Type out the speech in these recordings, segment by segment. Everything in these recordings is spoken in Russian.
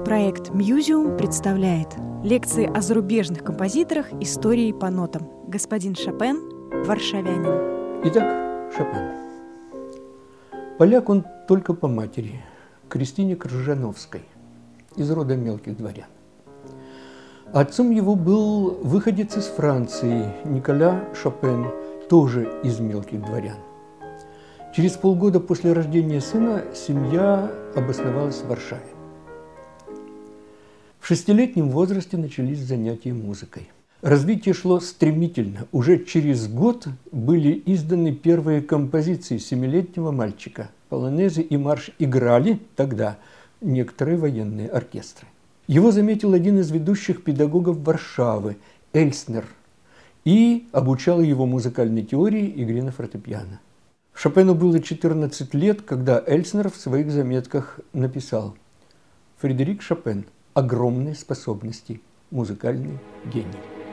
Проект «Мьюзиум» представляет лекции о зарубежных композиторах истории по нотам. Господин Шопен, варшавянин. Итак, Шопен. Поляк он только по матери, Кристине Крыжановской, из рода мелких дворян. Отцом его был выходец из Франции, Николя Шопен, тоже из мелких дворян. Через полгода после рождения сына семья обосновалась в Варшаве. В 6-летнем возрасте начались занятия музыкой. Развитие шло стремительно. Уже через год были изданы первые композиции 7-летнего мальчика. Полонезы и марш играли тогда некоторые военные оркестры. Его заметил один из ведущих педагогов Варшавы, Эльснер, и обучал его музыкальной теории, игре на фортепиано. Шопену было 14 лет, когда Эльснер в своих заметках написал: «Фредерик Шопен – огромные способности, музыкальный гений».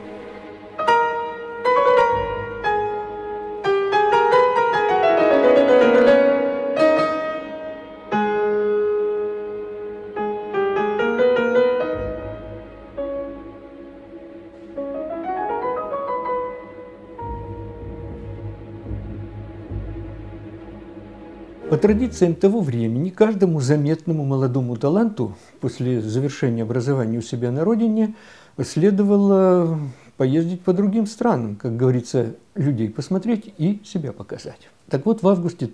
По традициям того времени, каждому заметному молодому таланту после завершения образования у себя на родине следовало поездить по другим странам, как говорится, людей посмотреть и себя показать. Так вот, в августе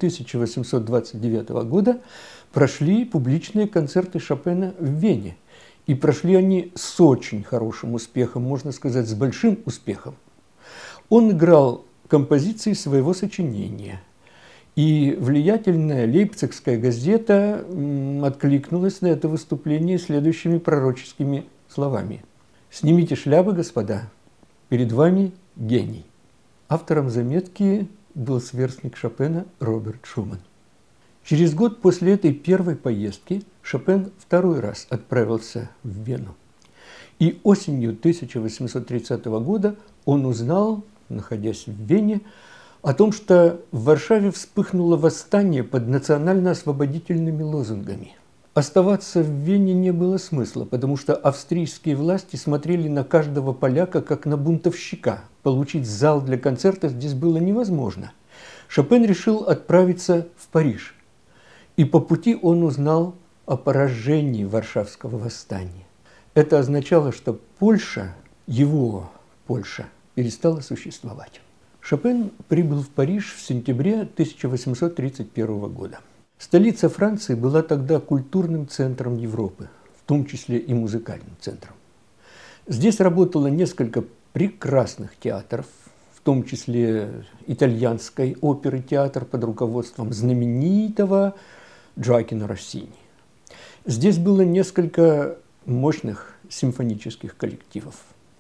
1829 года прошли публичные концерты Шопена в Вене. И прошли они с очень хорошим успехом, можно сказать, с большим успехом. Он играл композиции своего сочинения. И влиятельная лейпцигская газета откликнулась на это выступление следующими пророческими словами: «Снимите шляпы, господа, перед вами гений». Автором заметки был сверстник Шопена Роберт Шуман. Через год после этой первой поездки Шопен второй раз отправился в Вену. И осенью 1830 года он узнал, находясь в Вене, о том, что в Варшаве вспыхнуло восстание под национально-освободительными лозунгами. Оставаться в Вене не было смысла, потому что австрийские власти смотрели на каждого поляка как на бунтовщика. Получить зал для концерта здесь было невозможно. Шопен решил отправиться в Париж. И по пути он узнал о поражении Варшавского восстания. Это означало, что Польша, его Польша, перестала существовать. Шопен прибыл в Париж в сентябре 1831 года. Столица Франции была тогда культурным центром Европы, в том числе и музыкальным центром. Здесь работало несколько прекрасных театров, в том числе итальянской оперы театр под руководством знаменитого Джоаккино Россини. Здесь было несколько мощных симфонических коллективов.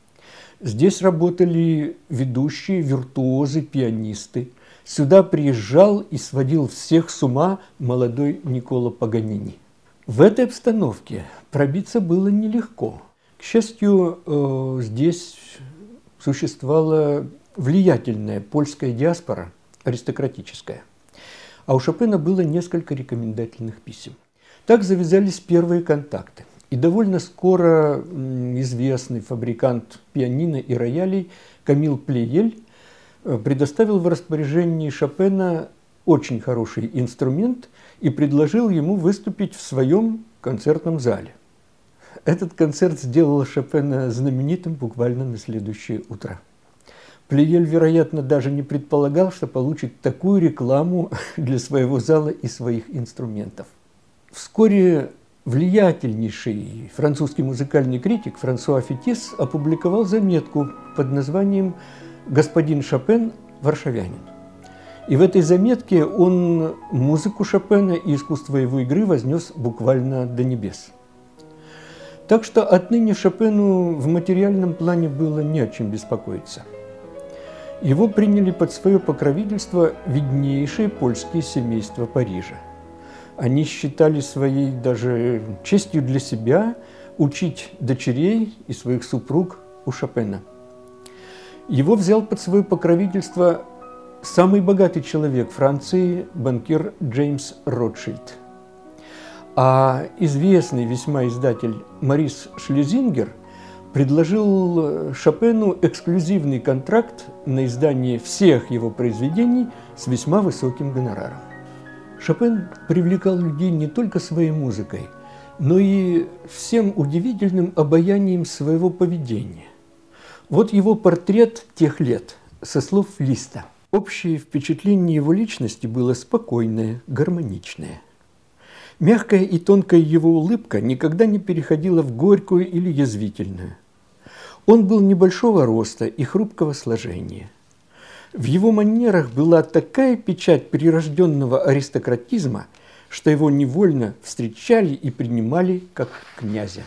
Здесь работали ведущие, виртуозы, пианисты. Сюда приезжал и сводил всех с ума молодой Никколо Паганини. В этой обстановке пробиться было нелегко. К счастью, здесь существовала влиятельная польская диаспора, аристократическая. А у Шопена было несколько рекомендательных писем. Так завязались первые контакты. И довольно скоро известный фабрикант пианино и роялей Камил Плеель предоставил в распоряжение Шопена очень хороший инструмент и предложил ему выступить в своем концертном зале. Этот концерт сделал Шопена знаменитым буквально на следующее утро. Плеель, вероятно, даже не предполагал, что получит такую рекламу для своего зала и своих инструментов. Вскоре влиятельнейший французский музыкальный критик Франсуа Фетис опубликовал заметку под названием «Господин Шопен – варшавянин». И в этой заметке он музыку Шопена и искусство его игры вознес буквально до небес. Так что отныне Шопену в материальном плане было не о чем беспокоиться. Его приняли под свое покровительство виднейшие польские семейства Парижа. Они считали своей даже честью для себя учить дочерей и своих супруг у Шопена. Его взял под свое покровительство самый богатый человек Франции, банкир Джеймс Ротшильд. А известный весьма издатель Морис Шлезингер предложил Шопену эксклюзивный контракт на издание всех его произведений с весьма высоким гонораром. Шопен привлекал людей не только своей музыкой, но и всем удивительным обаянием своего поведения. Вот его портрет тех лет со слов Листа. Общее впечатление его личности было спокойное, гармоничное. Мягкая и тонкая его улыбка никогда не переходила в горькую или язвительную. Он был небольшого роста и хрупкого сложения. В его манерах была такая печать прирожденного аристократизма, что его невольно встречали и принимали как князя.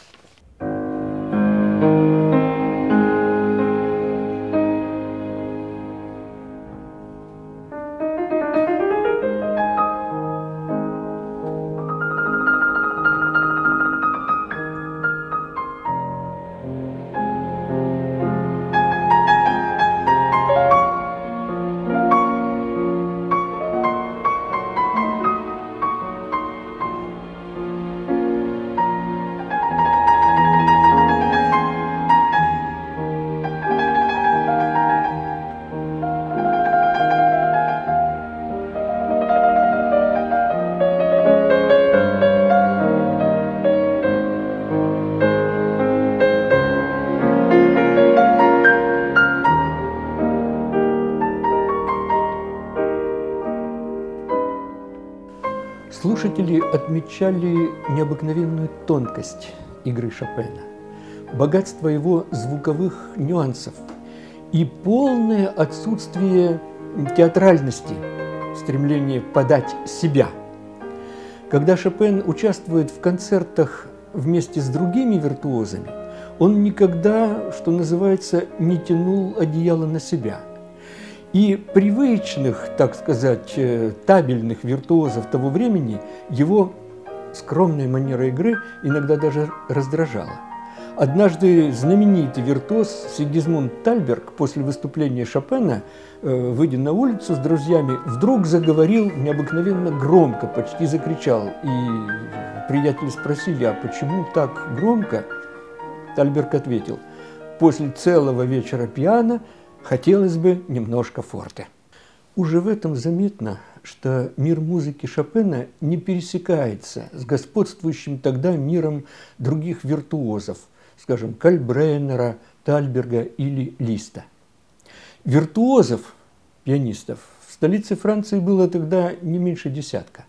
Слушатели отмечали необыкновенную тонкость игры Шопена, богатство его звуковых нюансов и полное отсутствие театральности, стремление подать себя. Когда Шопен участвует в концертах вместе с другими виртуозами, он никогда, что называется, не тянул одеяло на себя. И привычных, так сказать, табельных виртуозов того времени его скромная манера игры иногда даже раздражала. Однажды знаменитый виртуоз Сигизмунд Тальберг после выступления Шопена, выйдя на улицу с друзьями, вдруг заговорил необыкновенно громко, почти закричал. И приятели спросили, а почему так громко? Тальберг ответил, после целого вечера пиано хотелось бы немножко форте. Уже в этом заметно, что мир музыки Шопена не пересекается с господствующим тогда миром других виртуозов, скажем, Кальбрейнера, Тальберга или Листа. Виртуозов, пианистов, в столице Франции было тогда не меньше десятка.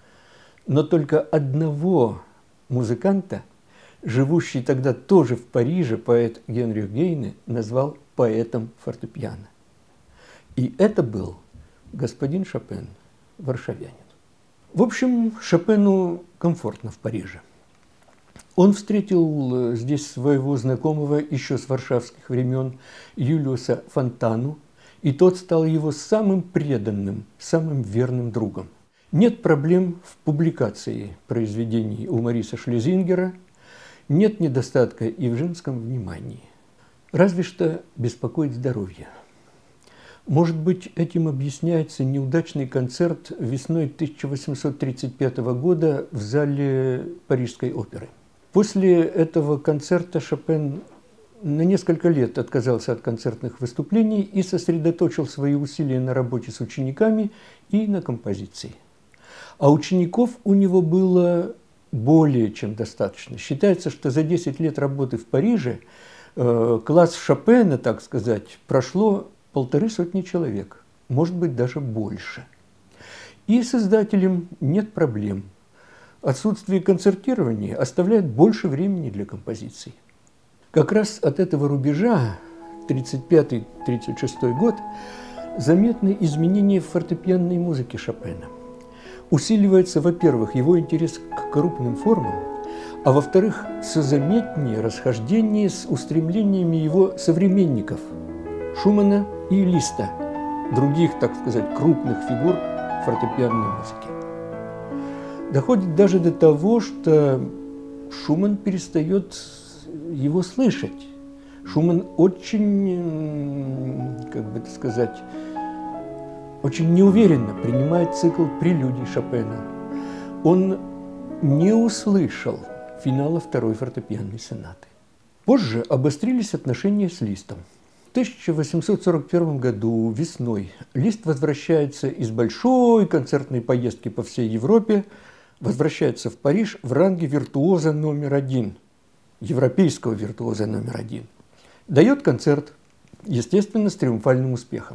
Но только одного музыканта, живущий тогда тоже в Париже, поэт Генрих Гейне назвал поэтом фортепиано. И это был господин Шопен, варшавянин. В общем, Шопену комфортно в Париже. Он встретил здесь своего знакомого еще с варшавских времен Юлиуса Фонтану, и тот стал его самым преданным, самым верным другом. Нет проблем в публикации произведений у Мориса Шлезингера, нет недостатка и в женском внимании. Разве что беспокоит здоровье. Может быть, этим объясняется неудачный концерт весной 1835 года в зале Парижской оперы. После этого концерта Шопен на несколько лет отказался от концертных выступлений и сосредоточил свои усилия на работе с учениками и на композиции. А учеников у него было более чем достаточно. Считается, что за 10 лет работы в Париже класс Шопена, так сказать, прошло 150 человек, может быть, даже больше. И с издателем нет проблем. Отсутствие концертирования оставляет больше времени для композиций. Как раз от этого рубежа, 1935-1936 год, заметны изменения в фортепианной музыке Шопена. Усиливается, во-первых, его интерес к крупным формам, а во-вторых, все заметнее расхождение с устремлениями его современников Шумана и Листа, других, так сказать, крупных фигур фортепианной музыки. Доходит даже до того, что Шуман перестает его слышать. Шуман очень, как бы это сказать, очень неуверенно принимает цикл прелюдий Шопена. Он не услышал финала второй фортепианной сонаты. Позже обострились отношения с Листом. В 1841 году весной Лист возвращается из большой концертной поездки по всей Европе, возвращается в Париж в ранге виртуоза номер один, европейского виртуоза номер один. Дает концерт, естественно, с триумфальным успехом.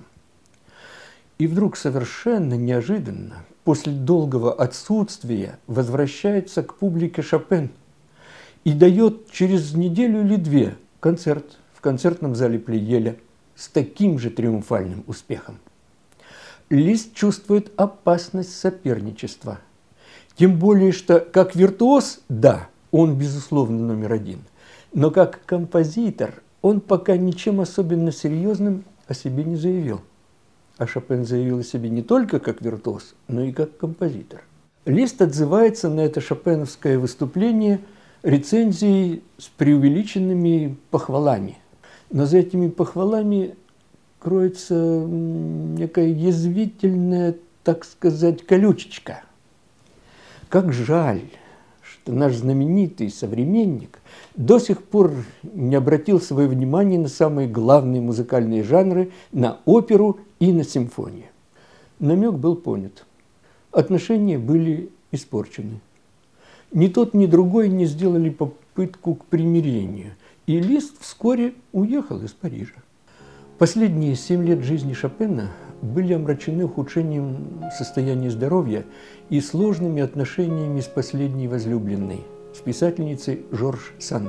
И вдруг совершенно неожиданно, после долгого отсутствия, возвращается к публике Шопен и дает через неделю или две концерт в концертном зале Плейеля с таким же триумфальным успехом. Лист чувствует опасность соперничества. Тем более, что как виртуоз, да, он, безусловно, номер один, но как композитор он пока ничем особенно серьезным о себе не заявил. А Шопен заявил о себе не только как виртуоз, но и как композитор. Лист отзывается на это шопеновское выступление рецензией с преувеличенными похвалами. Но за этими похвалами кроется некая язвительная, так сказать, колючечка. Как жаль, что наш знаменитый современник до сих пор не обратил свое внимание на самые главные музыкальные жанры, на оперу и на симфонию. Намек был понят. Отношения были испорчены. Ни тот, ни другой не сделали попытку к примирению, и Лист вскоре уехал из Парижа. Последние 7 лет жизни Шопена были омрачены ухудшением состояния здоровья и сложными отношениями с последней возлюбленной, с писательницей Жорж Санд.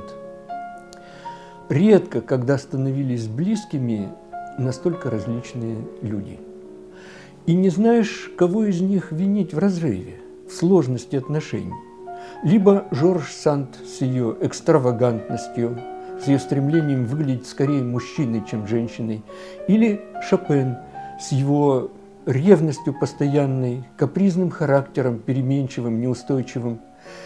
Редко, когда становились близкими настолько различные люди. И не знаешь, кого из них винить в разрыве, в сложности отношений. Либо Жорж Санд с ее экстравагантностью, с ее стремлением выглядеть скорее мужчиной, чем женщиной, или Шопен с его ревностью постоянной, капризным характером, переменчивым, неустойчивым.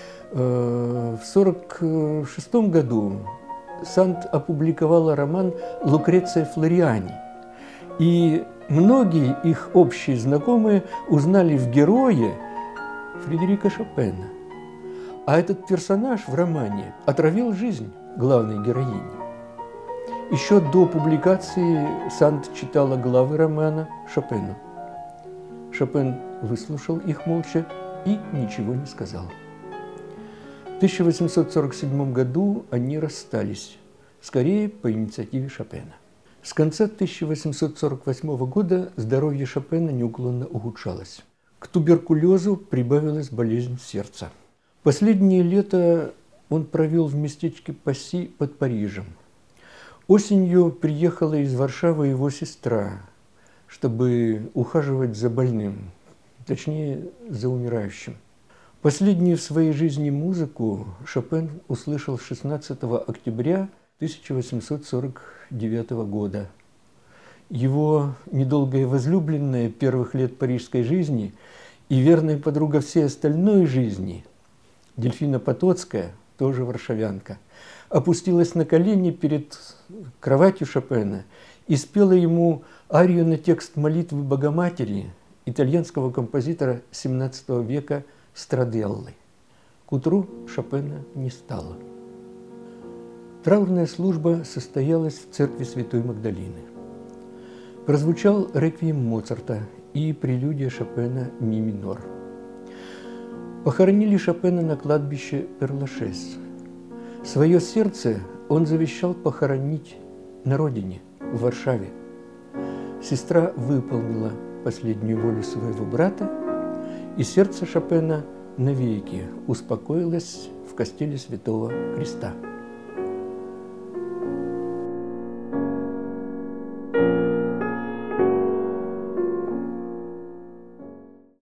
В 1946 году Санд опубликовала роман «Лукреция Флориани», и многие их общие знакомые узнали в герое Фредерика Шопена. А этот персонаж в романе отравил жизнь главной героини. Еще до публикации Санд читала главы романа Шопену. Шопен выслушал их молча и ничего не сказал. В 1847 году они расстались, скорее по инициативе Шопена. С конца 1848 года здоровье Шопена неуклонно ухудшалось. К туберкулезу прибавилась болезнь сердца. Последнее лето он провел в местечке Пасси под Парижем. Осенью приехала из Варшавы его сестра, чтобы ухаживать за больным, точнее, за умирающим. Последнюю в своей жизни музыку Шопен услышал 16 октября 1849 года. Его недолгая возлюбленная первых лет парижской жизни и верная подруга всей остальной жизни, Дельфина Потоцкая, тоже варшавянка, опустилась на колени перед кроватью Шопена и спела ему арию на текст молитвы Богоматери итальянского композитора XVII века Страделлы. К утру Шопена не стало. Траурная служба состоялась в церкви Святой Магдалины. Прозвучал реквием Моцарта и прелюдия Шопена ми минор. Похоронили Шопена на кладбище Пер-Лашез. Свое сердце он завещал похоронить на родине, в Варшаве. Сестра выполнила последнюю волю своего брата, и сердце Шопена навеки успокоилось в костеле Святого Креста.